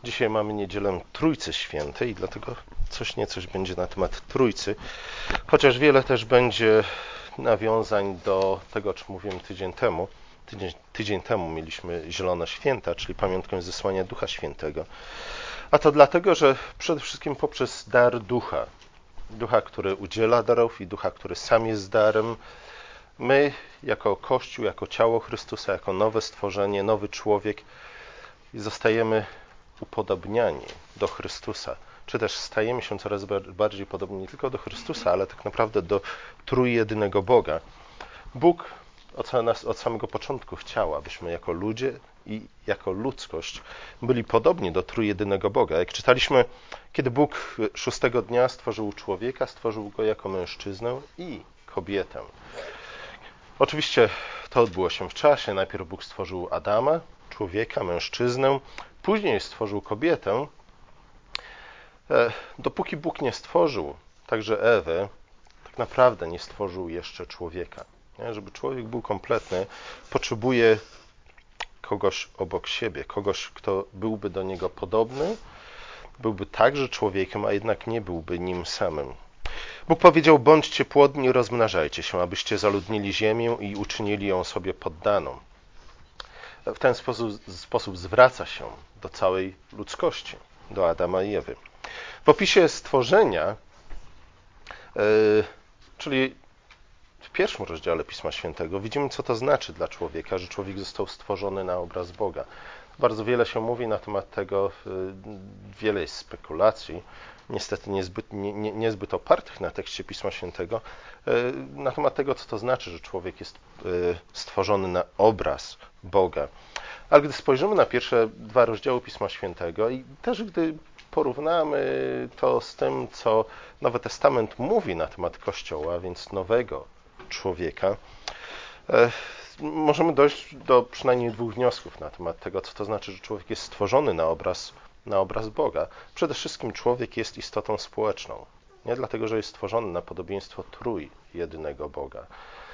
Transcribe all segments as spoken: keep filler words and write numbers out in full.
Dzisiaj mamy niedzielę Trójcy Świętej i dlatego coś niecoś będzie na temat Trójcy, chociaż wiele też będzie nawiązań do tego, o czym mówiłem tydzień temu. Tydzień, tydzień temu mieliśmy Zielone Święta, czyli pamiątkę zesłania Ducha Świętego. A to dlatego, że przede wszystkim poprzez dar Ducha, Ducha, który udziela darów i Ducha, który sam jest darem, my jako Kościół, jako ciało Chrystusa, jako nowe stworzenie, nowy człowiek zostajemy upodobniani do Chrystusa, czy też stajemy się coraz bardziej podobni nie tylko do Chrystusa, ale tak naprawdę do trójjedynego Boga. Bóg od nas od samego początku chciał, abyśmy jako ludzie i jako ludzkość byli podobni do trójjedynego Boga. Jak czytaliśmy, kiedy Bóg szóstego dnia stworzył człowieka, stworzył go jako mężczyznę i kobietę. Oczywiście to odbyło się w czasie. Najpierw Bóg stworzył Adama, człowieka, mężczyznę, później stworzył kobietę. Dopóki Bóg nie stworzył także Ewy, tak naprawdę nie stworzył jeszcze człowieka. Nie? Żeby człowiek był kompletny, potrzebuje kogoś obok siebie, kogoś, kto byłby do niego podobny, byłby także człowiekiem, a jednak nie byłby nim samym. Bóg powiedział: bądźcie płodni i rozmnażajcie się, abyście zaludnili ziemię i uczynili ją sobie poddaną. W ten sposób, sposób zwraca się do całej ludzkości, do Adama i Ewy. W opisie stworzenia, yy, czyli w pierwszym rozdziale Pisma Świętego, widzimy, co to znaczy dla człowieka, że człowiek został stworzony na obraz Boga. Bardzo wiele się mówi na temat tego, yy, wiele jest spekulacji, niestety niezbyt, nie, nie, niezbyt opartych na tekście Pisma Świętego, yy, na temat tego, co to znaczy, że człowiek jest yy, stworzony na obraz Boga. Ale gdy spojrzymy na pierwsze dwa rozdziały Pisma Świętego i też gdy porównamy to z tym, co Nowy Testament mówi na temat Kościoła, więc nowego człowieka, możemy dojść do przynajmniej dwóch wniosków na temat tego, co to znaczy, że człowiek jest stworzony na obraz, na obraz Boga. Przede wszystkim człowiek jest istotą społeczną. Nie dlatego, że jest stworzony na podobieństwo trójjedynego Boga.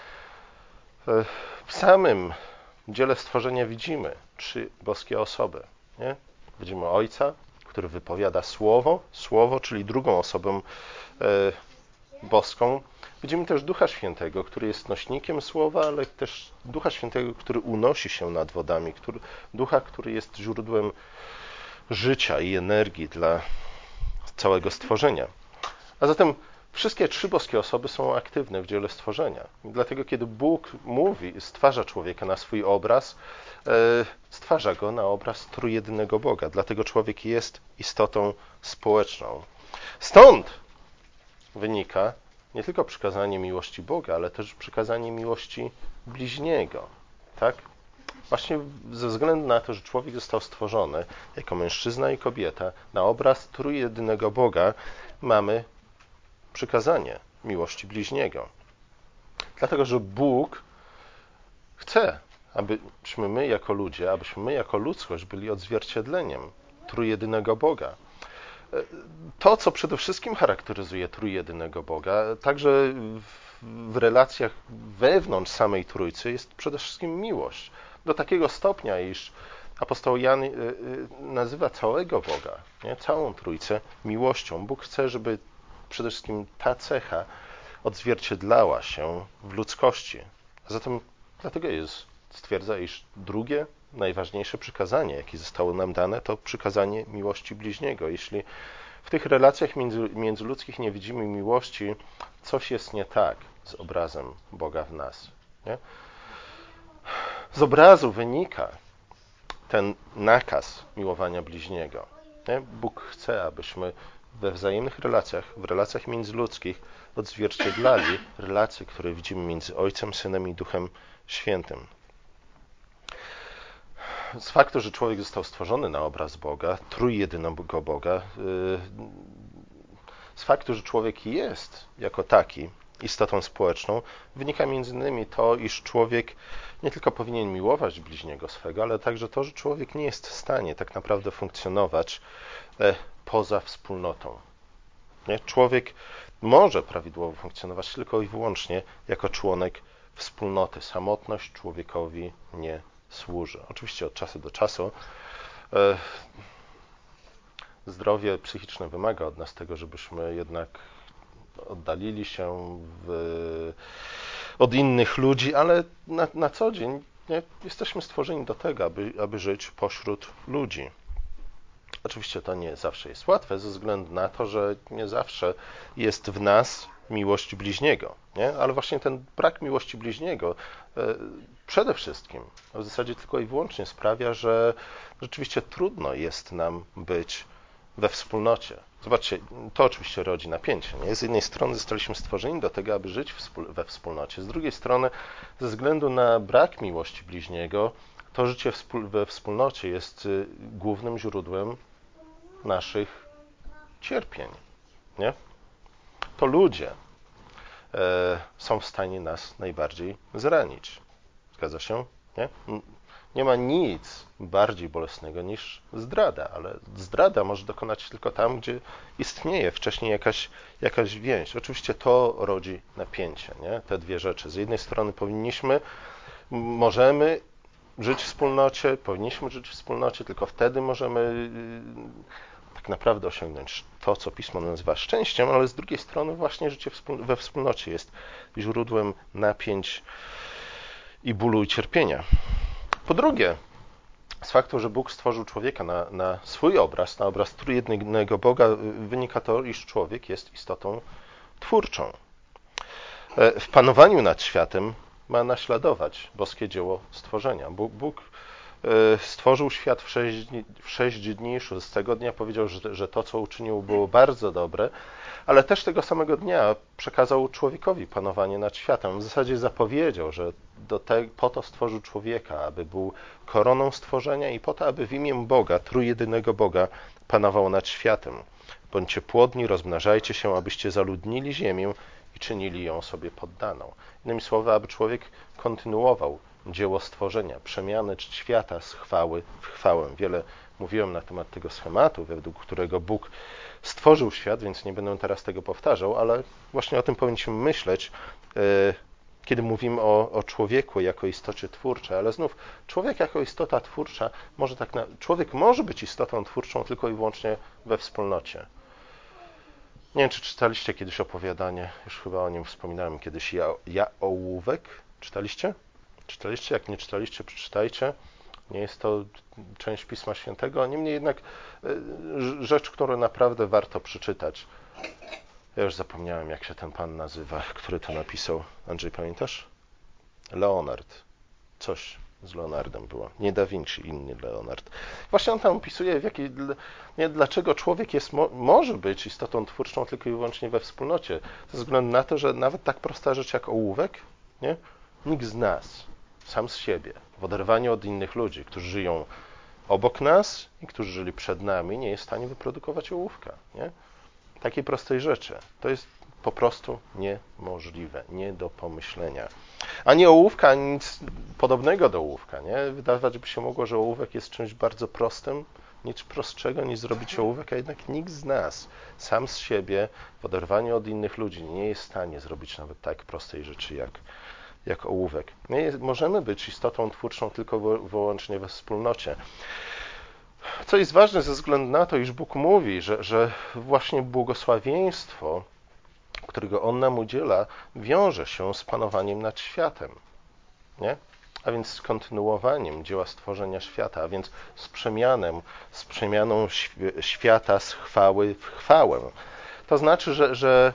W samym dziele stworzenia widzimy trzy boskie osoby. Nie? Widzimy Ojca, który wypowiada Słowo, Słowo, czyli drugą osobę e, boską. Widzimy też Ducha Świętego, który jest nośnikiem Słowa, ale też Ducha Świętego, który unosi się nad wodami, który, Ducha, który jest źródłem życia i energii dla całego stworzenia. A zatem wszystkie trzy boskie osoby są aktywne w dziele stworzenia. I dlatego, kiedy Bóg mówi, stwarza człowieka na swój obraz, stwarza go na obraz trójjedynego Boga. Dlatego człowiek jest istotą społeczną. Stąd wynika nie tylko przykazanie miłości Boga, ale też przykazanie miłości bliźniego. Tak? Właśnie ze względu na to, że człowiek został stworzony jako mężczyzna i kobieta na obraz trójjedynego Boga, mamy przykazanie miłości bliźniego. Dlatego, że Bóg chce, abyśmy my jako ludzie, abyśmy my jako ludzkość byli odzwierciedleniem trójjedynego Boga. To, co przede wszystkim charakteryzuje trójjedynego Boga, także w, w relacjach wewnątrz samej Trójcy, jest przede wszystkim miłość. Do takiego stopnia, iż apostoł Jan nazywa całego Boga, nie? Całą Trójcę miłością. Bóg chce, żeby przede wszystkim ta cecha odzwierciedlała się w ludzkości. A zatem dlatego jest, stwierdza, iż drugie, najważniejsze przykazanie, jakie zostało nam dane, to przykazanie miłości bliźniego. Jeśli w tych relacjach między, międzyludzkich nie widzimy miłości, coś jest nie tak z obrazem Boga w nas. Nie? Z obrazu wynika ten nakaz miłowania bliźniego. Nie? Bóg chce, abyśmy we wzajemnych relacjach, w relacjach międzyludzkich odzwierciedlali relacje, które widzimy między Ojcem, Synem i Duchem Świętym. Z faktu, że człowiek został stworzony na obraz Boga, trójjedynego Boga, z faktu, że człowiek jest jako taki istotą społeczną, wynika między innymi to, iż człowiek nie tylko powinien miłować bliźniego swego, ale także to, że człowiek nie jest w stanie tak naprawdę funkcjonować poza wspólnotą. Nie? Człowiek może prawidłowo funkcjonować tylko i wyłącznie jako członek wspólnoty. Samotność człowiekowi nie służy. Oczywiście od czasu do czasu zdrowie psychiczne wymaga od nas tego, żebyśmy jednak oddalili się w, od innych ludzi, ale na, na co dzień nie, jesteśmy stworzeni do tego, aby, aby żyć pośród ludzi. Oczywiście to nie zawsze jest łatwe, ze względu na to, że nie zawsze jest w nas miłość bliźniego, nie? Ale właśnie ten brak miłości bliźniego e, przede wszystkim, w zasadzie tylko i wyłącznie sprawia, że rzeczywiście trudno jest nam być we wspólnocie. Zobaczcie, to oczywiście rodzi napięcie, nie? Z jednej strony zostaliśmy stworzeni do tego, aby żyć we wspólnocie, z drugiej strony ze względu na brak miłości bliźniego, to życie we wspólnocie jest głównym źródłem naszych cierpień, nie? To ludzie e, są w stanie nas najbardziej zranić. Zgadza się? Nie? Nie ma nic bardziej bolesnego niż zdrada, ale zdrada może dokonać się tylko tam, gdzie istnieje wcześniej jakaś, jakaś więź. Oczywiście to rodzi napięcie, nie? Te dwie rzeczy. Z jednej strony powinniśmy, możemy żyć w wspólnocie, powinniśmy żyć w wspólnocie, tylko wtedy możemy tak naprawdę osiągnąć to, co Pismo nazywa szczęściem, ale z drugiej strony właśnie życie we wspólnocie jest źródłem napięć i bólu i cierpienia. Po drugie, z faktu, że Bóg stworzył człowieka na, na swój obraz, na obraz trójjednego Boga, wynika to, iż człowiek jest istotą twórczą. W panowaniu nad światem ma naśladować boskie dzieło stworzenia. Bóg, Bóg stworzył świat w sześć dni, w sześć dni i szóstego dnia powiedział, że, że to, co uczynił, było bardzo dobre, ale też tego samego dnia przekazał człowiekowi panowanie nad światem. W zasadzie zapowiedział, że do te, po to stworzył człowieka, aby był koroną stworzenia i po to, aby w imię Boga, trójjedynego Boga, panował nad światem. Bądźcie płodni, rozmnażajcie się, abyście zaludnili ziemię i czynili ją sobie poddaną. Innymi słowy, aby człowiek kontynuował dzieło stworzenia, przemiany świata z chwały w chwałę. Wiele mówiłem na temat tego schematu, według którego Bóg stworzył świat, więc nie będę teraz tego powtarzał, ale właśnie o tym powinniśmy myśleć, kiedy mówimy o, o człowieku jako istocie twórczej. Ale znów, człowiek jako istota twórcza, może tak na, człowiek może być istotą twórczą tylko i wyłącznie we wspólnocie. Nie wiem, czy czytaliście kiedyś opowiadanie, już chyba o nim wspominałem kiedyś, ja, ja ołówek. Czytaliście? Czytaliście? Jak nie czytaliście, przeczytajcie. Nie jest to część Pisma Świętego, niemniej jednak rzecz, którą naprawdę warto przeczytać. Ja już zapomniałem, jak się ten pan nazywa, który to napisał. Andrzej, pamiętasz? Leonard. Coś z Leonardem było. Nie Da Vinci, inny Leonard. Właśnie on tam opisuje, w jakiej, nie, dlaczego człowiek jest, mo, może być istotą twórczą tylko i wyłącznie we wspólnocie. Ze względu na to, że nawet tak prosta rzecz jak ołówek, nie? Nikt z nas, sam z siebie, w oderwaniu od innych ludzi, którzy żyją obok nas i którzy żyli przed nami, nie jest w stanie wyprodukować ołówka. Nie? Takiej prostej rzeczy. To jest po prostu niemożliwe, nie do pomyślenia. Ani ołówka, ani nic podobnego do ołówka. Nie? Wydawać by się mogło, że ołówek jest czymś bardzo prostym, nic prostszego niż zrobić ołówek, a jednak nikt z nas, sam z siebie, w oderwaniu od innych ludzi, nie jest w stanie zrobić nawet tak prostej rzeczy jak jak ołówek. Nie, możemy być istotą twórczą tylko wyłącznie we wspólnocie. Co jest ważne ze względu na to, iż Bóg mówi, że, że właśnie błogosławieństwo, którego On nam udziela, wiąże się z panowaniem nad światem. Nie? A więc z kontynuowaniem dzieła stworzenia świata, a więc z przemianą, z przemianą świata z chwały w chwałę. To znaczy, że, że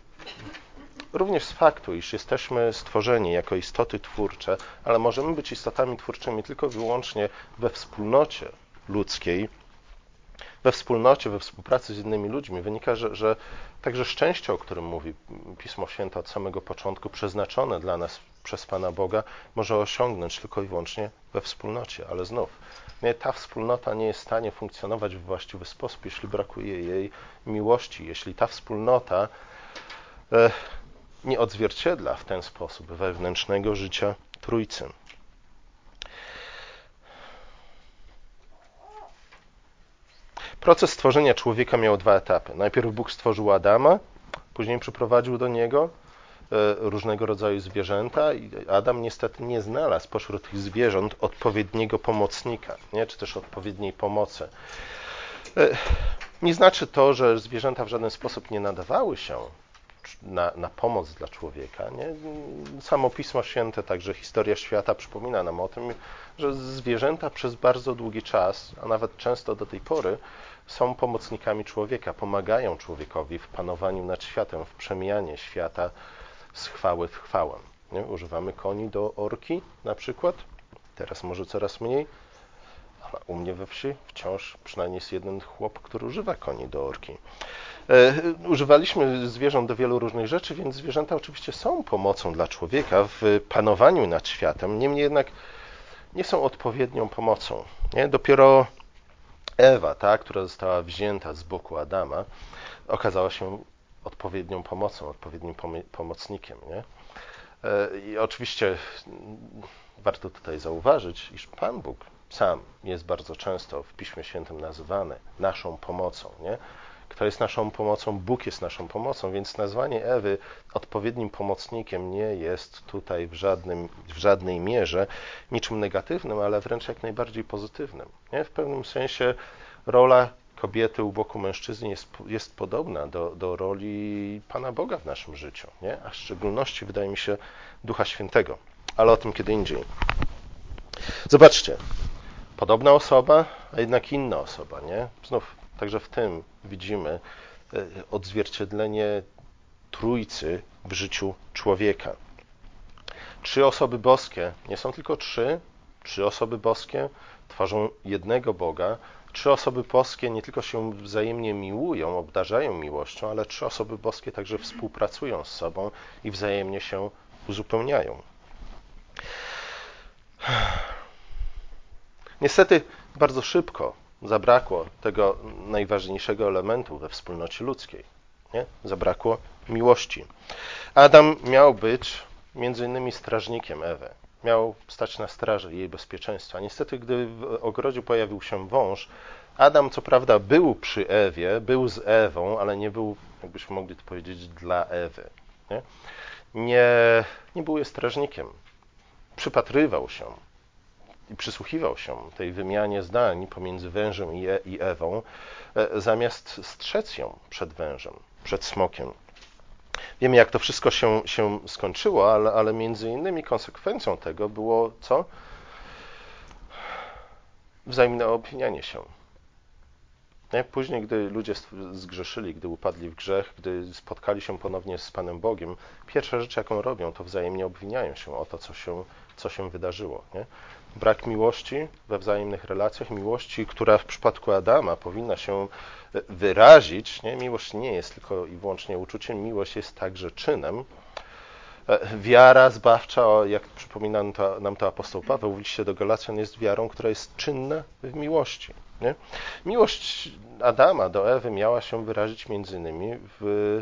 również z faktu, iż jesteśmy stworzeni jako istoty twórcze, ale możemy być istotami twórczymi tylko i wyłącznie we wspólnocie ludzkiej, we wspólnocie, we współpracy z innymi ludźmi, wynika, że, że także szczęście, o którym mówi Pismo Święte od samego początku, przeznaczone dla nas przez Pana Boga, może osiągnąć tylko i wyłącznie we wspólnocie. Ale znów, nie, ta wspólnota nie jest w stanie funkcjonować w właściwy sposób, jeśli brakuje jej miłości, jeśli ta wspólnota e, nie odzwierciedla w ten sposób wewnętrznego życia Trójcy. Proces stworzenia człowieka miał dwa etapy. Najpierw Bóg stworzył Adama, później przyprowadził do niego różnego rodzaju zwierzęta i Adam niestety nie znalazł pośród tych zwierząt odpowiedniego pomocnika, nie? Czy też odpowiedniej pomocy. Nie znaczy to, że zwierzęta w żaden sposób nie nadawały się na, na pomoc dla człowieka. Nie? Samo Pismo Święte, także historia świata przypomina nam o tym, że zwierzęta przez bardzo długi czas, a nawet często do tej pory, są pomocnikami człowieka, pomagają człowiekowi w panowaniu nad światem, w przemianie świata z chwały w chwałę. Nie? Używamy koni do orki na przykład, teraz może coraz mniej, ale u mnie we wsi wciąż przynajmniej jest jeden chłop, który używa koni do orki. E, używaliśmy zwierząt do wielu różnych rzeczy, więc zwierzęta oczywiście są pomocą dla człowieka w panowaniu nad światem, niemniej jednak nie są odpowiednią pomocą. Nie? Dopiero Ewa, ta, która została wzięta z boku Adama, okazała się odpowiednią pomocą, odpowiednim pomocnikiem. Nie? I oczywiście warto tutaj zauważyć, iż Pan Bóg sam jest bardzo często w Piśmie Świętym nazywany naszą pomocą. Nie? Kto jest naszą pomocą? Bóg jest naszą pomocą, więc nazwanie Ewy odpowiednim pomocnikiem nie jest tutaj w, żadnym, w żadnej mierze niczym negatywnym, ale wręcz jak najbardziej pozytywnym. Nie? W pewnym sensie rola kobiety u boku mężczyzny jest, jest podobna do, do roli Pana Boga w naszym życiu, nie? A w szczególności, wydaje mi się, Ducha Świętego. Ale o tym kiedy indziej. Zobaczcie, podobna osoba, a jednak inna osoba, nie? Znów, także w tym widzimy odzwierciedlenie Trójcy w życiu człowieka. Trzy osoby boskie, nie są tylko trzy, trzy osoby boskie tworzą jednego Boga. Trzy osoby boskie nie tylko się wzajemnie miłują, obdarzają miłością, ale trzy osoby boskie także współpracują z sobą i wzajemnie się uzupełniają. Niestety bardzo szybko zabrakło tego najważniejszego elementu we wspólnocie ludzkiej. Nie? Zabrakło miłości. Adam miał być między innymi strażnikiem Ewy. Miał stać na straży jej bezpieczeństwa. Niestety, gdy w ogrodzie pojawił się wąż, Adam co prawda był przy Ewie, był z Ewą, ale nie był, jakbyśmy mogli to powiedzieć, dla Ewy. Nie, nie, nie był jej strażnikiem. Przypatrywał się i przysłuchiwał się tej wymianie zdań pomiędzy wężem i, e, i Ewą, e, zamiast strzec ją przed wężem, przed smokiem. Wiemy, jak to wszystko się, się skończyło, ale, ale między innymi konsekwencją tego było co? Wzajemne obwinianie się. Nie? Później, gdy ludzie zgrzeszyli, gdy upadli w grzech, gdy spotkali się ponownie z Panem Bogiem, pierwsza rzecz, jaką robią, to wzajemnie obwiniają się o to, co się, co się wydarzyło. Nie? Brak miłości we wzajemnych relacjach, miłości, która w przypadku Adama powinna się wyrazić. Nie? Miłość nie jest tylko i wyłącznie uczuciem, miłość jest także czynem. Wiara zbawcza, jak przypomina nam to, nam to apostoł Paweł w liście do Galacjan, jest wiarą, która jest czynna w miłości. Nie? Miłość Adama do Ewy miała się wyrazić między innymi w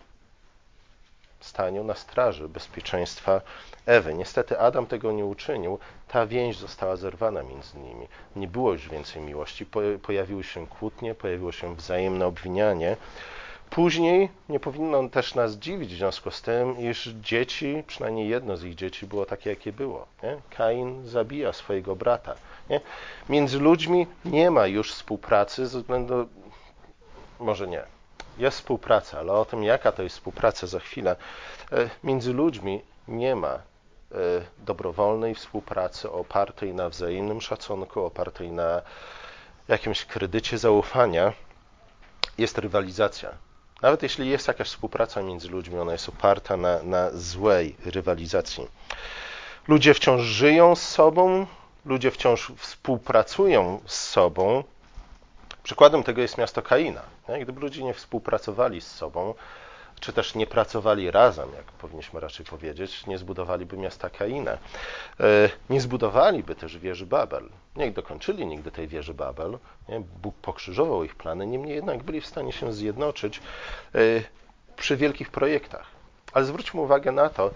staniu na straży bezpieczeństwa Ewy. Niestety Adam tego nie uczynił, ta więź została zerwana między nimi. Nie było już więcej miłości, pojawiły się kłótnie, pojawiło się wzajemne obwinianie. Później nie powinno też nas dziwić w związku z tym, iż dzieci, przynajmniej jedno z ich dzieci było takie, jakie było. Nie? Kain zabija swojego brata. Nie? Między ludźmi nie ma już współpracy ze względu, może nie, jest współpraca, ale o tym, jaka to jest współpraca, za chwilę. Między ludźmi nie ma dobrowolnej współpracy opartej na wzajemnym szacunku, opartej na jakimś kredycie zaufania. Jest rywalizacja. Nawet jeśli jest jakaś współpraca między ludźmi, ona jest oparta na, na złej rywalizacji. Ludzie wciąż żyją z sobą, ludzie wciąż współpracują z sobą. Przykładem tego jest miasto Kaina. Gdyby ludzie nie współpracowali z sobą, czy też nie pracowali razem, jak powinniśmy raczej powiedzieć, nie zbudowaliby miasta Kaina. Nie zbudowaliby też wieży Babel. Nie dokończyli nigdy tej wieży Babel. Nie? Bóg pokrzyżował ich plany, niemniej jednak byli w stanie się zjednoczyć przy wielkich projektach. Ale zwróćmy uwagę na to,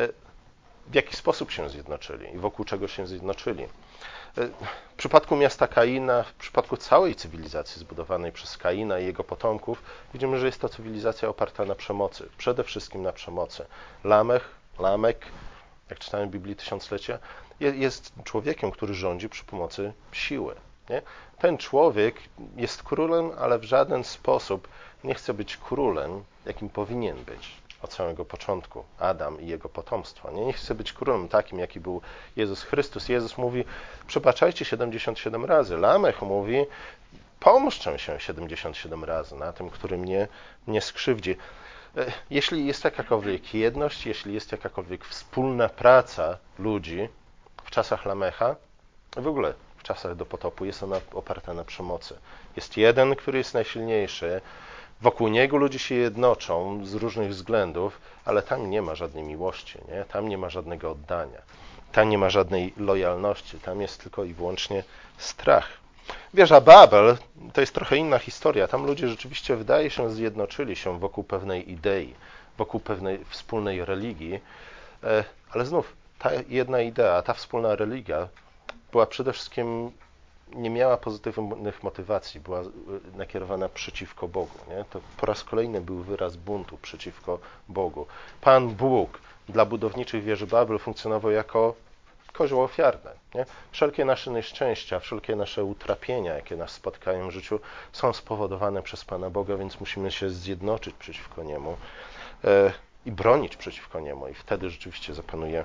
w jaki sposób się zjednoczyli i wokół czego się zjednoczyli. W przypadku miasta Kaina, w przypadku całej cywilizacji zbudowanej przez Kaina i jego potomków, widzimy, że jest to cywilizacja oparta na przemocy. Przede wszystkim na przemocy. Lamech, Lamek, jak czytamy w Biblii Tysiąclecia, jest człowiekiem, który rządzi przy pomocy siły. Nie? Ten człowiek jest królem, ale w żaden sposób nie chce być królem, jakim powinien być od samego początku Adam i jego potomstwo. Nie, nie chce być królem takim, jaki był Jezus Chrystus. Jezus mówi, przebaczajcie siedemdziesiąt siedem razy. Lamech mówi, pomszczę się siedemdziesiąt siedem razy na tym, który mnie nie skrzywdzi. Jeśli jest jakakolwiek jedność, jeśli jest jakakolwiek wspólna praca ludzi w czasach Lamecha, w ogóle w czasach do potopu, jest ona oparta na przemocy. Jest jeden, który jest najsilniejszy, wokół niego ludzie się jednoczą z różnych względów, ale tam nie ma żadnej miłości, nie? Tam nie ma żadnego oddania, tam nie ma żadnej lojalności, tam jest tylko i wyłącznie strach. Wieża Babel to jest trochę inna historia. Tam ludzie rzeczywiście, wydaje się, zjednoczyli się wokół pewnej idei, wokół pewnej wspólnej religii, ale znów ta jedna idea, ta wspólna religia była przede wszystkim, nie miała pozytywnych motywacji, była nakierowana przeciwko Bogu. Nie? To po raz kolejny był wyraz buntu przeciwko Bogu. Pan Bóg dla budowniczych wieży Babel funkcjonował jako kozioł ofiarny. Nie? Wszelkie nasze nieszczęścia, wszelkie nasze utrapienia, jakie nas spotkają w życiu, są spowodowane przez Pana Boga, więc musimy się zjednoczyć przeciwko Niemu e, i bronić przeciwko Niemu. I wtedy rzeczywiście zapanuje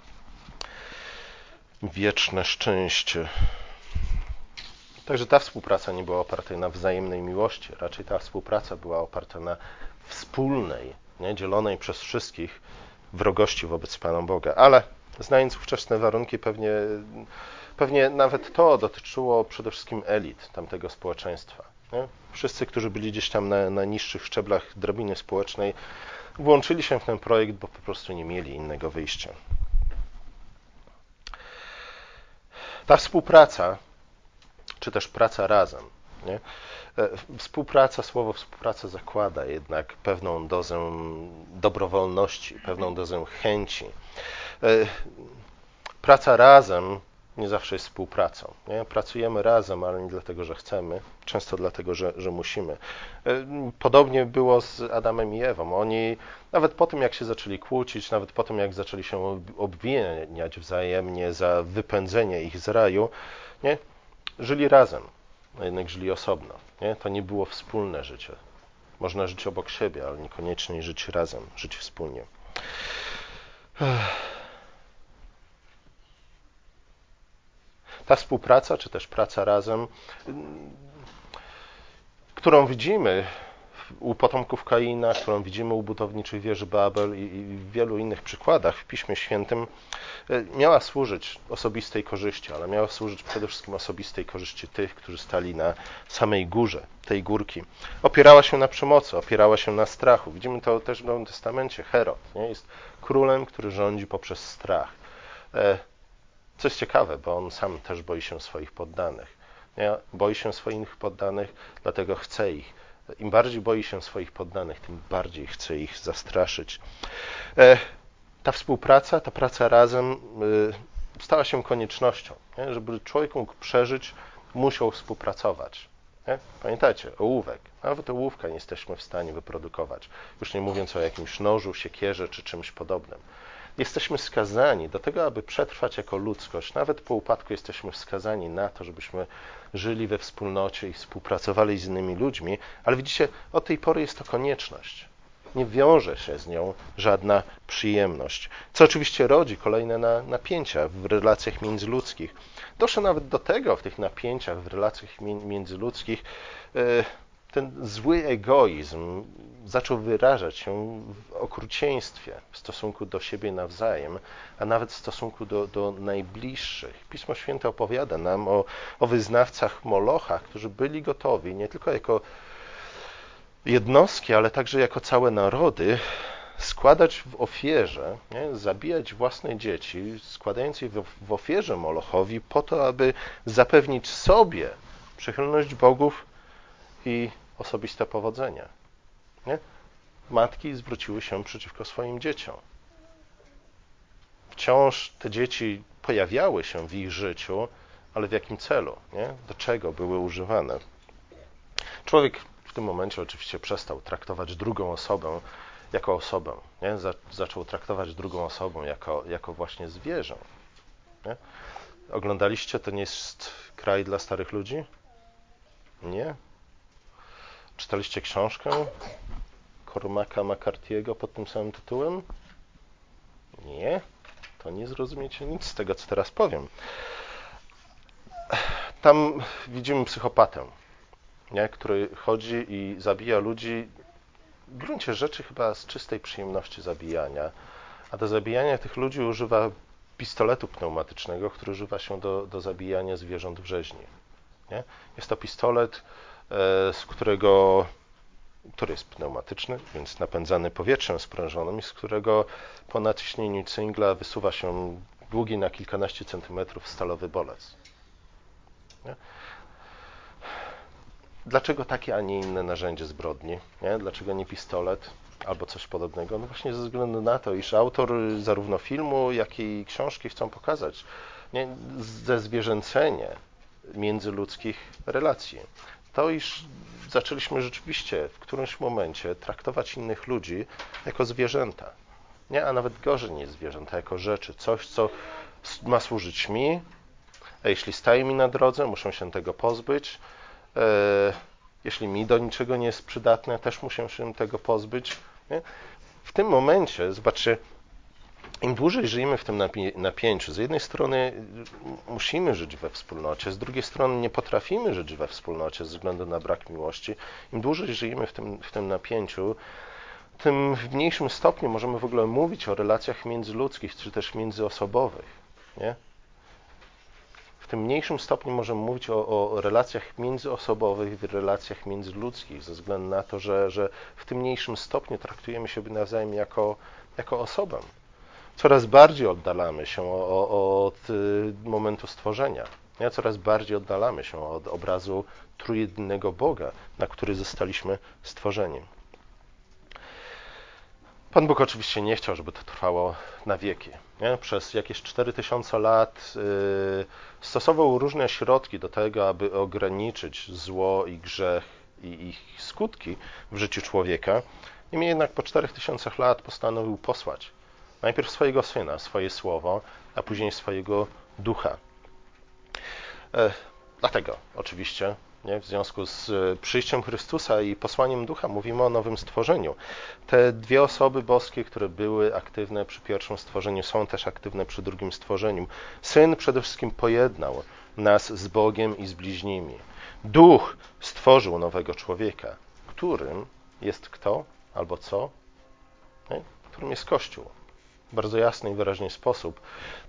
wieczne szczęście. Także ta współpraca nie była oparta na wzajemnej miłości, raczej ta współpraca była oparta na wspólnej, nie, dzielonej przez wszystkich wrogości wobec Pana Boga. Ale znając ówczesne warunki, pewnie, pewnie nawet to dotyczyło przede wszystkim elit tamtego społeczeństwa. Nie? Wszyscy, którzy byli gdzieś tam na, na niższych szczeblach drabiny społecznej, włączyli się w ten projekt, bo po prostu nie mieli innego wyjścia. Ta współpraca, czy też praca razem, nie? Współpraca, słowo współpraca zakłada jednak pewną dozę dobrowolności, pewną dozę chęci. Praca razem nie zawsze jest współpracą. Nie? Pracujemy razem, ale nie dlatego, że chcemy, często dlatego, że, że musimy. Podobnie było z Adamem i Ewą. Oni nawet po tym, jak się zaczęli kłócić, nawet po tym, jak zaczęli się obwiniać wzajemnie za wypędzenie ich z raju, nie? Żyli razem, a jednak żyli osobno. Nie? To nie było wspólne życie. Można żyć obok siebie, ale niekoniecznie żyć razem, żyć wspólnie. Ta współpraca, czy też praca razem, którą widzimy u potomków Kaina, którą widzimy u budowniczych wieży Babel i w wielu innych przykładach w Piśmie Świętym, miała służyć osobistej korzyści, ale miała służyć przede wszystkim osobistej korzyści tych, którzy stali na samej górze tej górki. Opierała się na przemocy, opierała się na strachu. Widzimy to też w Nowym Testamencie. Herod, nie? Jest królem, który rządzi poprzez strach. Co jest ciekawe, bo on sam też boi się swoich poddanych. Nie? Boi się swoich poddanych, dlatego chce ich. Im bardziej boi się swoich poddanych, tym bardziej chce ich zastraszyć. Ta współpraca, ta praca razem stała się koniecznością. Nie? Żeby człowiek mógł przeżyć, musiał współpracować. Nie? Pamiętajcie, ołówek. Nawet ołówka nie jesteśmy w stanie wyprodukować. Już nie mówiąc o jakimś nożu, siekierze czy czymś podobnym. Jesteśmy skazani do tego, aby przetrwać jako ludzkość. Nawet po upadku jesteśmy skazani na to, żebyśmy żyli we wspólnocie i współpracowali z innymi ludźmi, ale widzicie, od tej pory jest to konieczność. Nie wiąże się z nią żadna przyjemność, co oczywiście rodzi kolejne na, napięcia w relacjach międzyludzkich. Doszło nawet do tego w tych napięciach w relacjach międzyludzkich, ten zły egoizm zaczął wyrażać się w okrucieństwie w stosunku do siebie nawzajem, a nawet w stosunku do, do najbliższych. Pismo Święte opowiada nam o, o wyznawcach Molocha, którzy byli gotowi nie tylko jako jednostki, ale także jako całe narody składać w ofierze, nie? Zabijać własne dzieci, składając je w, w ofierze Molochowi po to, aby zapewnić sobie przychylność bogów i osobiste powodzenie. Nie? Matki zwróciły się przeciwko swoim dzieciom. Wciąż te dzieci pojawiały się w ich życiu, ale w jakim celu? Nie? Do czego były używane? Człowiek w tym momencie oczywiście przestał traktować drugą osobę jako osobę. Nie? Zaczął traktować drugą osobę jako, jako właśnie zwierzę. Nie? Oglądaliście To nie jest kraj dla starych ludzi? Nie? Czytaliście książkę Cormaca McCarthy'ego pod tym samym tytułem? Nie? To nie zrozumiecie nic z tego, co teraz powiem. Tam widzimy psychopatę, nie? Który chodzi i zabija ludzi w gruncie rzeczy chyba z czystej przyjemności zabijania, a do zabijania tych ludzi używa pistoletu pneumatycznego, który używa się do, do zabijania zwierząt w rzeźni. Nie? Jest to pistolet, z którego, który jest pneumatyczny, więc napędzany powietrzem sprężonym, i z którego po naciśnięciu cingla wysuwa się długi na kilkanaście centymetrów stalowy bolec. Nie? Dlaczego takie, a nie inne narzędzie zbrodni? Nie? Dlaczego nie pistolet albo coś podobnego? No właśnie ze względu na to, iż autor zarówno filmu, jak i książki chcą pokazać nie? zezwierzęcenie międzyludzkich relacji. To, iż zaczęliśmy rzeczywiście w którymś momencie traktować innych ludzi jako zwierzęta. Nie, a nawet gorzej niż zwierzęta, jako rzeczy. Coś, co ma służyć mi, a jeśli staje mi na drodze, muszę się tego pozbyć. Jeśli mi do niczego nie jest przydatne, też muszę się tego pozbyć. Nie? W tym momencie, zobaczcie, im dłużej żyjemy w tym napięciu, z jednej strony musimy żyć we wspólnocie, z drugiej strony nie potrafimy żyć we wspólnocie ze względu na brak miłości. Im dłużej żyjemy w tym, w tym napięciu, tym w mniejszym stopniu możemy w ogóle mówić o relacjach międzyludzkich, czy też międzyosobowych. Nie? W tym mniejszym stopniu możemy mówić o, o relacjach międzyosobowych, w relacjach międzyludzkich, ze względu na to, że, że w tym mniejszym stopniu traktujemy siebie nawzajem jako, jako osobę. Coraz bardziej oddalamy się od momentu stworzenia. Nie? Coraz bardziej oddalamy się od obrazu trójjedynego Boga, na który zostaliśmy stworzeni. Pan Bóg oczywiście nie chciał, żeby to trwało na wieki. Nie? Przez jakieś cztery tysiące lat yy, stosował różne środki do tego, aby ograniczyć zło i grzech i ich skutki w życiu człowieka. Niemniej jednak po czterech tysiącach lat postanowił posłać najpierw swojego Syna, swoje Słowo, a później swojego Ducha. E, dlatego oczywiście nie, w związku z przyjściem Chrystusa i posłaniem Ducha mówimy o nowym stworzeniu. Te dwie osoby boskie, które były aktywne przy pierwszym stworzeniu, są też aktywne przy drugim stworzeniu. Syn przede wszystkim pojednał nas z Bogiem i z bliźnimi. Duch stworzył nowego człowieka, którym jest kto albo co? Nie? Którym jest Kościół. W bardzo jasny i wyraźny sposób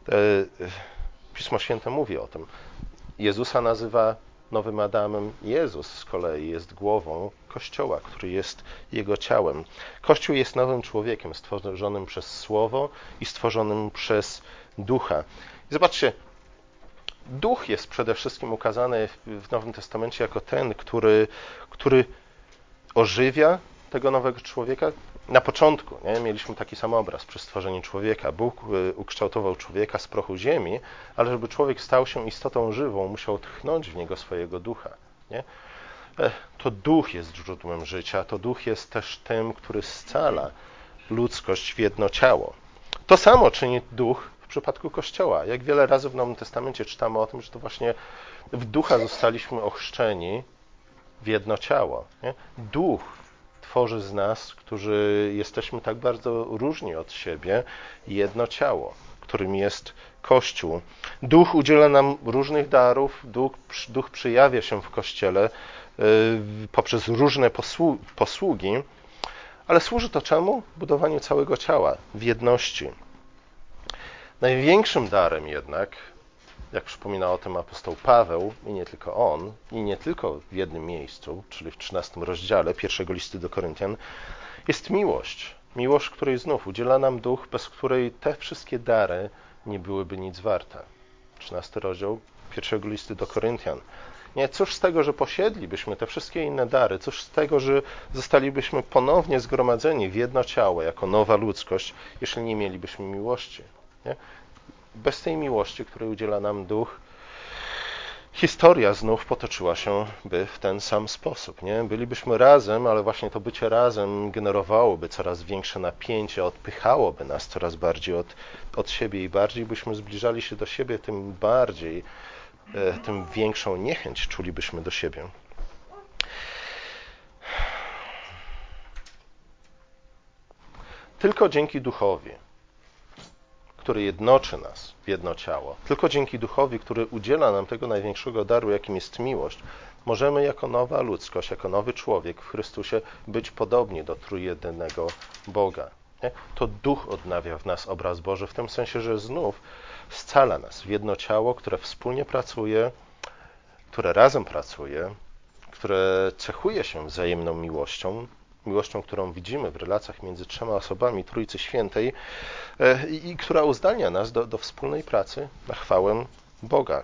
Pismo Święte mówi o tym. Jezusa nazywa nowym Adamem. Jezus z kolei jest głową Kościoła, który jest Jego ciałem. Kościół jest nowym człowiekiem, stworzonym przez Słowo i stworzonym przez Ducha. I zobaczcie, Duch jest przede wszystkim ukazany w Nowym Testamencie jako ten, który, który ożywia tego nowego człowieka. Na początku nie, mieliśmy taki sam obraz przy stworzeniu człowieka. Bóg ukształtował człowieka z prochu ziemi, ale żeby człowiek stał się istotą żywą, musiał tchnąć w niego swojego ducha. Nie? To duch jest źródłem życia, to duch jest też tym, który scala ludzkość w jedno ciało. To samo czyni duch w przypadku Kościoła. Jak wiele razy w Nowym Testamencie czytamy o tym, że to właśnie w ducha zostaliśmy ochrzczeni w jedno ciało. Nie? Duch tworzy z nas, którzy jesteśmy tak bardzo różni od siebie, jedno ciało, którym jest Kościół. Duch udziela nam różnych darów, duch, duch przyjawia się w Kościele yy, poprzez różne posłu, posługi, ale służy to czemu? Budowaniu całego ciała, w jedności. Największym darem jednak, jak przypomina o tym apostoł Paweł, i nie tylko on, i nie tylko w jednym miejscu, czyli w trzynastym rozdziale pierwszego listu do Koryntian, jest miłość. Miłość, której znów udziela nam duch, bez której te wszystkie dary nie byłyby nic warte. trzynasty rozdział pierwszego listu do Koryntian. Nie, cóż z tego, że posiedlibyśmy te wszystkie inne dary, cóż z tego, że zostalibyśmy ponownie zgromadzeni w jedno ciało, jako nowa ludzkość, jeśli nie mielibyśmy miłości. Nie? Bez tej miłości, której udziela nam duch, historia znów potoczyła się by w ten sam sposób. Nie? Bylibyśmy razem, ale właśnie to bycie razem generowałoby coraz większe napięcie, odpychałoby nas coraz bardziej od, od siebie i bardziej byśmy zbliżali się do siebie, tym bardziej, e, tym większą niechęć czulibyśmy do siebie. Tylko dzięki Duchowi, który jednoczy nas w jedno ciało, tylko dzięki Duchowi, który udziela nam tego największego daru, jakim jest miłość, możemy jako nowa ludzkość, jako nowy człowiek w Chrystusie być podobni do trójjedynego Boga. Nie? To Duch odnawia w nas obraz Boży, w tym sensie, że znów scala nas w jedno ciało, które wspólnie pracuje, które razem pracuje, które cechuje się wzajemną miłością, miłością, którą widzimy w relacjach między trzema osobami Trójcy Świętej i, i która uzdalnia nas do, do wspólnej pracy na chwałę Boga.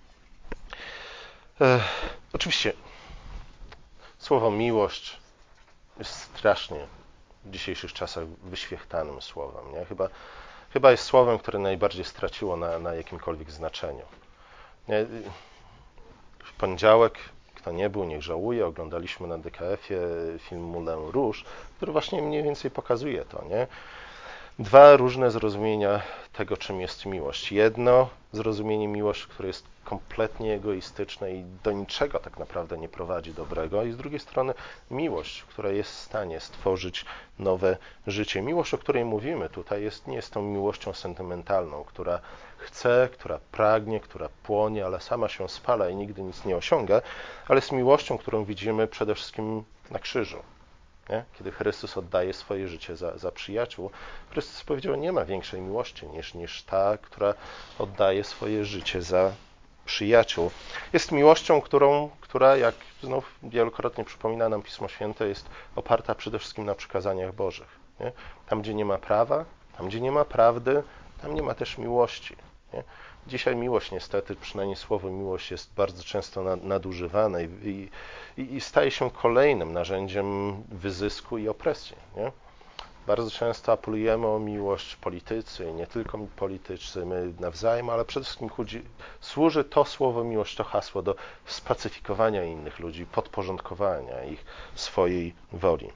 E, oczywiście słowo miłość jest strasznie w dzisiejszych czasach wyświechtanym słowem. Nie? Chyba, chyba jest słowem, które najbardziej straciło na, na jakimkolwiek znaczeniu. Nie? W poniedziałek, kto nie był, niech żałuje, oglądaliśmy na D K F-ie film Moulin Rouge, który właśnie mniej więcej pokazuje to. Nie? Dwa różne zrozumienia tego, czym jest miłość. Jedno zrozumienie miłości, które jest kompletnie egoistyczne i do niczego tak naprawdę nie prowadzi dobrego, i z drugiej strony miłość, która jest w stanie stworzyć nowe życie. Miłość, o której mówimy tutaj, jest, nie jest tą miłością sentymentalną, która chce, która pragnie, która płonie, ale sama się spala i nigdy nic nie osiąga, ale jest miłością, którą widzimy przede wszystkim na krzyżu. Nie? Kiedy Chrystus oddaje swoje życie za, za przyjaciół, Chrystus powiedział, nie ma większej miłości niż, niż ta, która oddaje swoje życie za przyjaciół. Jest miłością, którą, która, jak znów wielokrotnie przypomina nam Pismo Święte, jest oparta przede wszystkim na przykazaniach Bożych. Nie? Tam, gdzie nie ma prawa, tam, gdzie nie ma prawdy, tam nie ma też miłości. Nie? Dzisiaj miłość niestety, przynajmniej słowo miłość jest bardzo często nadużywane i, i, i staje się kolejnym narzędziem wyzysku i opresji. Nie? Bardzo często apelujemy o miłość politycy, nie tylko politycy, my nawzajem, ale przede wszystkim chodzi, służy to słowo miłość, to hasło do spacyfikowania innych ludzi, podporządkowania ich swojej woli.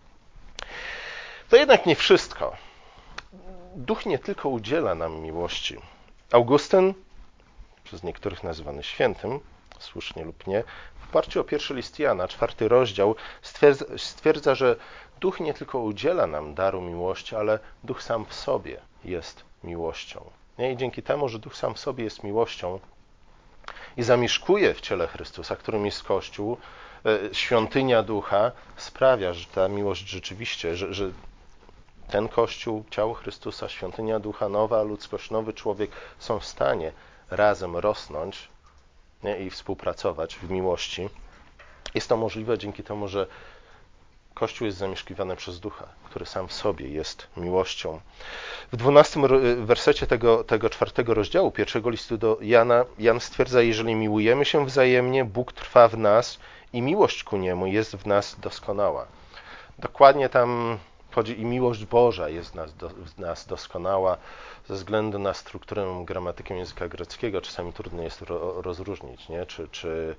To jednak nie wszystko. Duch nie tylko udziela nam miłości. Augustyn, przez niektórych nazywany świętym, słusznie lub nie, w oparciu o pierwszy list Jana, czwarty rozdział, stwierdza, stwierdza, że Duch nie tylko udziela nam daru miłości, ale Duch sam w sobie jest miłością. Nie? I dzięki temu, że Duch sam w sobie jest miłością i zamieszkuje w ciele Chrystusa, którym jest Kościół, świątynia Ducha, sprawia, że ta miłość rzeczywiście, że, że ten Kościół, ciało Chrystusa, świątynia Ducha, nowa ludzkość, nowy człowiek są w stanie razem rosnąć, nie, i współpracować w miłości. Jest to możliwe dzięki temu, że Kościół jest zamieszkiwany przez Ducha, który sam w sobie jest miłością. W dwunastym wersecie tego, tego czwartego rozdziału pierwszego listu do Jana, Jan stwierdza, jeżeli miłujemy się wzajemnie, Bóg trwa w nas i miłość ku Niemu jest w nas doskonała. Dokładnie tam chodzi i miłość Boża jest w nas, do, w nas doskonała. Ze względu na strukturę gramatyki języka greckiego czasami trudno jest ro, rozróżnić, nie? Czy, czy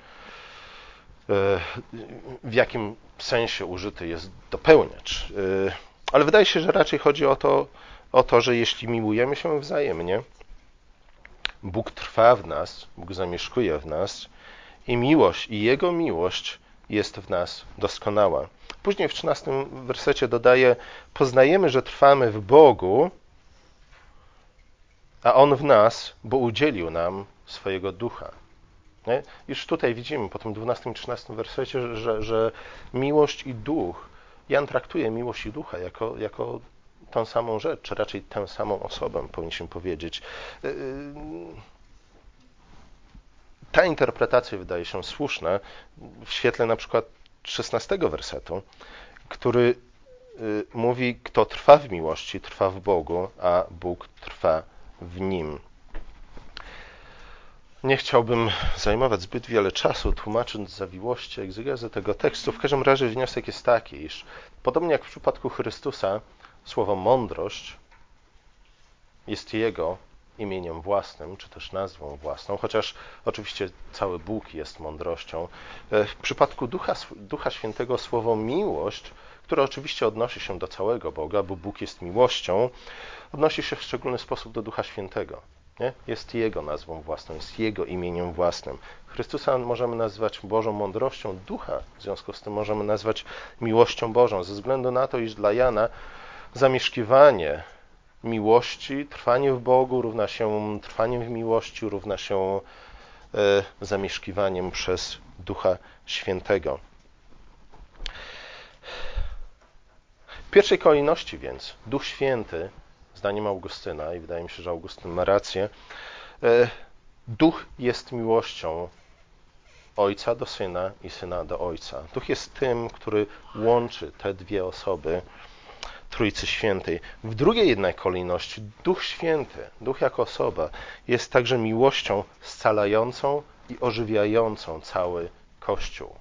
w jakim sensie użyty jest dopełniacz. Ale wydaje się, że raczej chodzi o to, o to, że jeśli miłujemy się wzajemnie, Bóg trwa w nas, Bóg zamieszkuje w nas i miłość, i Jego miłość jest w nas doskonała. Później w trzynastym wersecie dodaje, poznajemy, że trwamy w Bogu, a On w nas, bo udzielił nam swojego Ducha. Nie? Już tutaj widzimy po tym dwunastym i trzynastym wersecie, że, że miłość i duch, Jan traktuje miłość i ducha jako, jako tą samą rzecz, czy raczej tę samą osobę, powinniśmy powiedzieć. Ta interpretacja wydaje się słuszna w świetle na przykład szesnastego wersetu, który mówi, kto trwa w miłości, trwa w Bogu, a Bóg trwa w nim. Nie chciałbym zajmować zbyt wiele czasu, tłumacząc zawiłości egzegezy tego tekstu. W każdym razie wniosek jest taki, iż podobnie jak w przypadku Chrystusa, słowo mądrość jest Jego imieniem własnym, czy też nazwą własną, chociaż oczywiście cały Bóg jest mądrością. W przypadku Ducha, Ducha Świętego słowo miłość, które oczywiście odnosi się do całego Boga, bo Bóg jest miłością, odnosi się w szczególny sposób do Ducha Świętego. Nie? Jest Jego nazwą własną, jest Jego imieniem własnym. Chrystusa możemy nazwać Bożą mądrością, Ducha w związku z tym możemy nazwać miłością Bożą, ze względu na to, iż dla Jana zamieszkiwanie miłości, trwanie w Bogu równa się trwaniem w miłości, równa się e, zamieszkiwaniem przez Ducha Świętego. W pierwszej kolejności więc Duch Święty, zdaniem Augustyna, i wydaje mi się, że Augustyn ma rację, e, Duch jest miłością Ojca do Syna i Syna do Ojca. Duch jest tym, który łączy te dwie osoby Trójcy Świętej. W drugiej jednak kolejności Duch Święty, Duch jako osoba, jest także miłością scalającą i ożywiającą cały Kościół.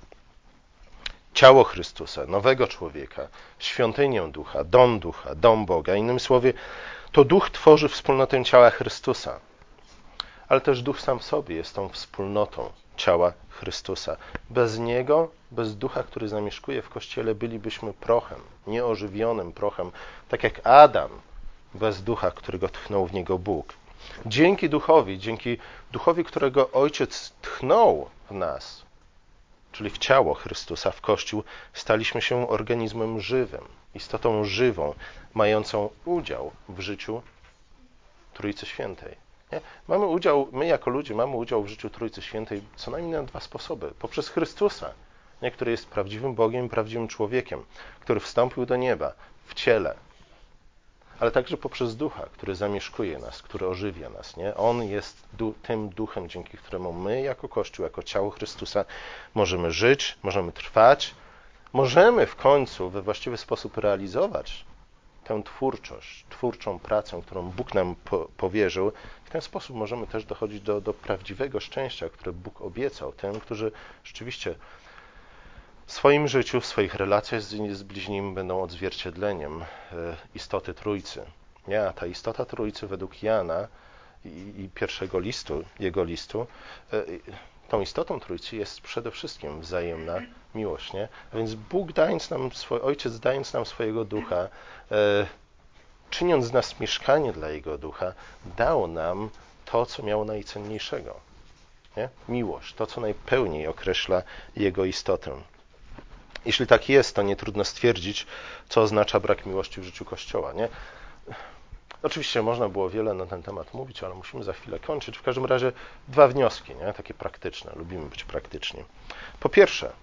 Ciało Chrystusa, nowego człowieka, świątynię Ducha, dom Ducha, dom Boga. Innymi słowy, to Duch tworzy wspólnotę ciała Chrystusa, ale też Duch sam w sobie jest tą wspólnotą ciała Chrystusa. Bez Niego, bez Ducha, który zamieszkuje w Kościele, bylibyśmy prochem, nieożywionym prochem, tak jak Adam bez Ducha, którego tchnął w niego Bóg. Dzięki Duchowi, dzięki Duchowi, którego Ojciec tchnął w nas, czyli w ciało Chrystusa, w Kościół, staliśmy się organizmem żywym, istotą żywą, mającą udział w życiu Trójcy Świętej. Nie? Mamy udział, my jako ludzie mamy udział w życiu Trójcy Świętej co najmniej na dwa sposoby. Poprzez Chrystusa, nie? Który jest prawdziwym Bogiem, prawdziwym człowiekiem, który wstąpił do nieba w ciele, ale także poprzez Ducha, który zamieszkuje nas, który ożywia nas. Nie? On jest du- tym Duchem, dzięki któremu my jako Kościół, jako ciało Chrystusa możemy żyć, możemy trwać, możemy w końcu we właściwy sposób realizować tę twórczość, twórczą pracę, którą Bóg nam po- powierzył. W ten sposób możemy też dochodzić do, do prawdziwego szczęścia, które Bóg obiecał tym, którzy rzeczywiście w swoim życiu, w swoich relacjach z, z bliźnimi będą odzwierciedleniem e, istoty Trójcy. Nie, a ta istota Trójcy według Jana i, i pierwszego listu, jego listu, e, tą istotą Trójcy jest przede wszystkim wzajemna miłość. Nie? A więc Bóg dając nam, swój, Ojciec dając nam swojego Ducha, e, czyniąc z nas mieszkanie dla Jego Ducha, dał nam to, co miało najcenniejszego. Nie? Miłość, to, co najpełniej określa Jego istotę. Jeśli tak jest, to nie trudno stwierdzić, co oznacza brak miłości w życiu Kościoła. Nie? Oczywiście można było wiele na ten temat mówić, ale musimy za chwilę kończyć. W każdym razie dwa wnioski, nie? Takie praktyczne. Lubimy być praktyczni. Po pierwsze,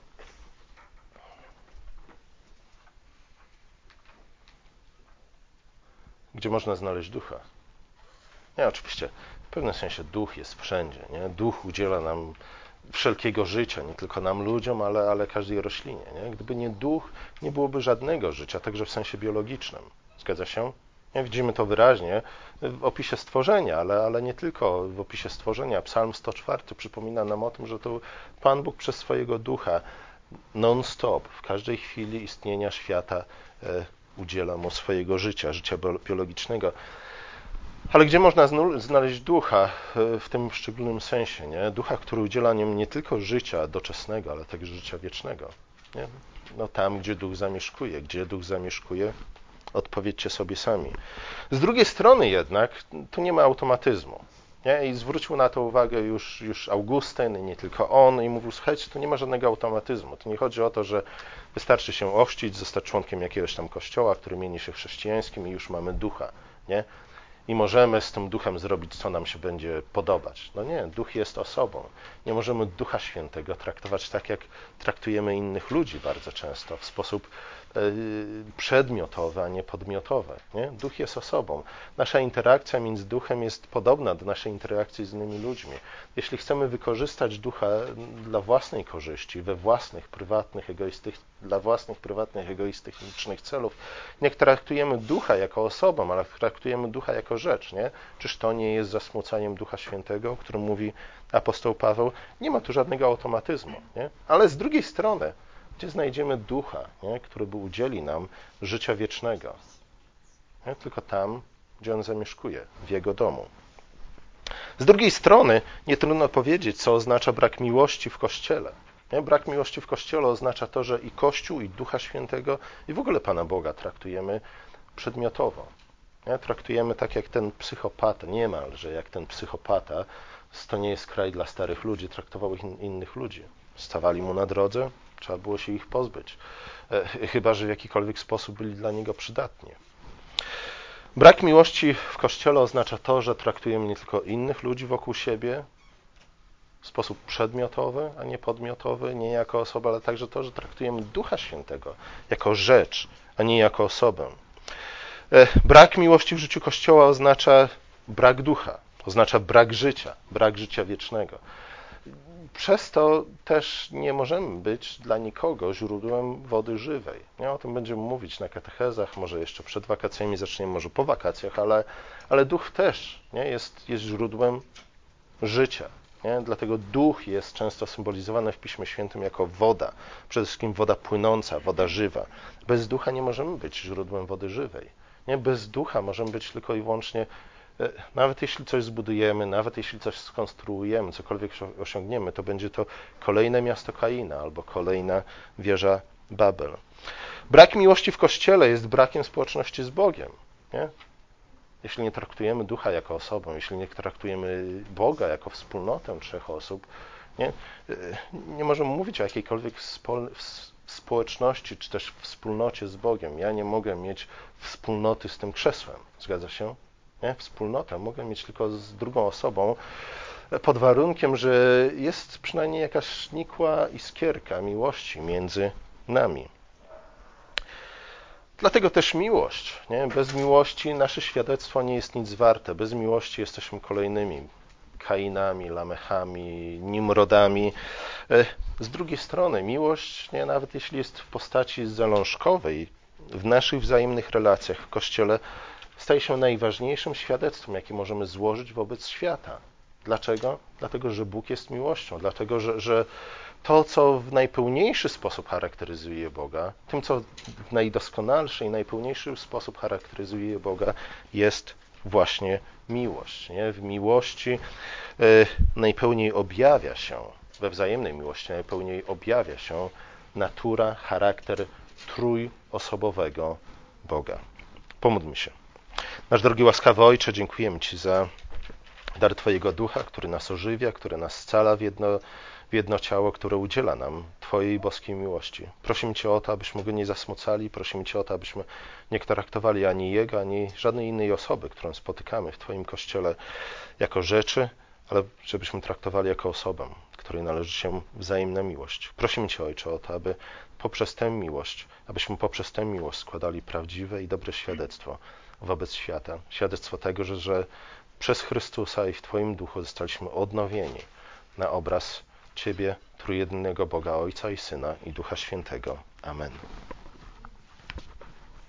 gdzie można znaleźć Ducha? Nie, oczywiście, w pewnym sensie Duch jest wszędzie. Nie? Duch udziela nam wszelkiego życia, nie tylko nam ludziom, ale, ale każdej roślinie. Nie? Gdyby nie Duch, nie byłoby żadnego życia, także w sensie biologicznym. Zgadza się? Nie? Widzimy to wyraźnie w opisie stworzenia, ale, ale nie tylko w opisie stworzenia. Psalm sto cztery przypomina nam o tym, że to Pan Bóg przez swojego Ducha non-stop, w każdej chwili istnienia świata e, udziela mu swojego życia, życia biologicznego. Ale gdzie można znaleźć Ducha w tym szczególnym sensie? Nie? Ducha, który udziela nam nie tylko życia doczesnego, ale także życia wiecznego. Nie? No tam, gdzie Duch zamieszkuje. Gdzie Duch zamieszkuje? Odpowiedzcie sobie sami. Z drugiej strony jednak, tu nie ma automatyzmu. Nie? I zwrócił na to uwagę już, już Augustyn, i nie tylko on, i mówił, słuchajcie, tu nie ma żadnego automatyzmu. Tu nie chodzi o to, że wystarczy się ochrzcić, zostać członkiem jakiegoś tam kościoła, który mieni się chrześcijańskim i już mamy Ducha. Nie? I możemy z tym Duchem zrobić, co nam się będzie podobać. No nie, Duch jest osobą. Nie możemy Ducha Świętego traktować tak, jak traktujemy innych ludzi bardzo często, w sposób przedmiotowe, a nie podmiotowe. Nie? Duch jest osobą. Nasza interakcja między Duchem jest podobna do naszej interakcji z innymi ludźmi. Jeśli chcemy wykorzystać Ducha dla własnej korzyści, we własnych, prywatnych, egoistycznych, dla własnych, prywatnych, egoistycznych celów, nie traktujemy Ducha jako osobą, ale traktujemy Ducha jako rzecz. Nie? Czyż to nie jest zasmucaniem Ducha Świętego, o którym mówi apostoł Paweł? Nie ma tu żadnego automatyzmu. Nie? Ale z drugiej strony, gdzie znajdziemy Ducha, nie? który by udzieli nam życia wiecznego? Nie? Tylko tam, gdzie On zamieszkuje, w Jego domu. Z drugiej strony nie trudno powiedzieć, co oznacza brak miłości w Kościele. Nie? Brak miłości w Kościele oznacza to, że i Kościół, i Ducha Świętego, i w ogóle Pana Boga traktujemy przedmiotowo. Nie? Traktujemy tak jak ten psychopata, niemalże jak ten psychopata, to nie jest kraj dla starych ludzi, traktował in, innych ludzi. Stawali mu na drodze, trzeba było się ich pozbyć. E, chyba że w jakikolwiek sposób byli dla niego przydatni. Brak miłości w Kościele oznacza to, że traktujemy nie tylko innych ludzi wokół siebie w sposób przedmiotowy, a nie podmiotowy, nie jako osobę, ale także to, że traktujemy Ducha Świętego jako rzecz, a nie jako osobę. Brak miłości w życiu Kościoła oznacza brak ducha, oznacza brak życia, brak życia wiecznego. Przez to też nie możemy być dla nikogo źródłem wody żywej. Nie? O tym będziemy mówić na katechezach, może jeszcze przed wakacjami zaczniemy, może po wakacjach, ale, ale duch też nie? Jest, jest źródłem życia. Nie? Dlatego duch jest często symbolizowany w Piśmie Świętym jako woda, przede wszystkim woda płynąca, woda żywa. Bez ducha nie możemy być źródłem wody żywej. Nie? Bez ducha możemy być tylko i wyłącznie, nawet jeśli coś zbudujemy, nawet jeśli coś skonstruujemy, cokolwiek osiągniemy, to będzie to kolejne miasto Kaina albo kolejna wieża Babel. Brak miłości w Kościele jest brakiem społeczności z Bogiem. Nie? Jeśli nie traktujemy ducha jako osobę, jeśli nie traktujemy Boga jako wspólnotę trzech osób, nie, nie możemy mówić o jakiejkolwiek spo, społeczności czy też wspólnocie z Bogiem. Ja nie mogę mieć wspólnoty z tym krzesłem. Zgadza się? Nie? Wspólnotę mogę mieć tylko z drugą osobą, pod warunkiem, że jest przynajmniej jakaś nikła iskierka miłości między nami. Dlatego też miłość. Nie? Bez miłości nasze świadectwo nie jest nic warte. Bez miłości jesteśmy kolejnymi Kainami, Lamechami, Nimrodami. Z drugiej strony miłość, nie, nawet jeśli jest w postaci zalążkowej, w naszych wzajemnych relacjach w Kościele staje się najważniejszym świadectwem, jakie możemy złożyć wobec świata. Dlaczego? Dlatego, że Bóg jest miłością. Dlatego, że, że to, co w najpełniejszy sposób charakteryzuje Boga, tym, co w najdoskonalszy i najpełniejszy sposób charakteryzuje Boga, jest właśnie miłość. Nie? W miłości y, najpełniej objawia się, we wzajemnej miłości najpełniej objawia się natura, charakter trójosobowego Boga. Pomódlmy się. Nasz drogi łaskawy Ojcze, dziękujemy Ci za dar Twojego Ducha, który nas ożywia, który nas scala w jedno, w jedno ciało, które udziela nam Twojej boskiej miłości. Prosimy Cię o to, abyśmy Go nie zasmucali, prosimy Cię o to, abyśmy nie traktowali ani Jego, ani żadnej innej osoby, którą spotykamy w Twoim Kościele jako rzeczy, ale żebyśmy traktowali jako osobę, której należy się wzajemna miłość. Prosimy Cię, Ojcze, o to, aby poprzez tę miłość, abyśmy poprzez tę miłość składali prawdziwe i dobre świadectwo wobec świata. Świadectwo tego, że, że przez Chrystusa i w Twoim Duchu zostaliśmy odnowieni na obraz Ciebie, trójjedynego Boga Ojca i Syna i Ducha Świętego. Amen.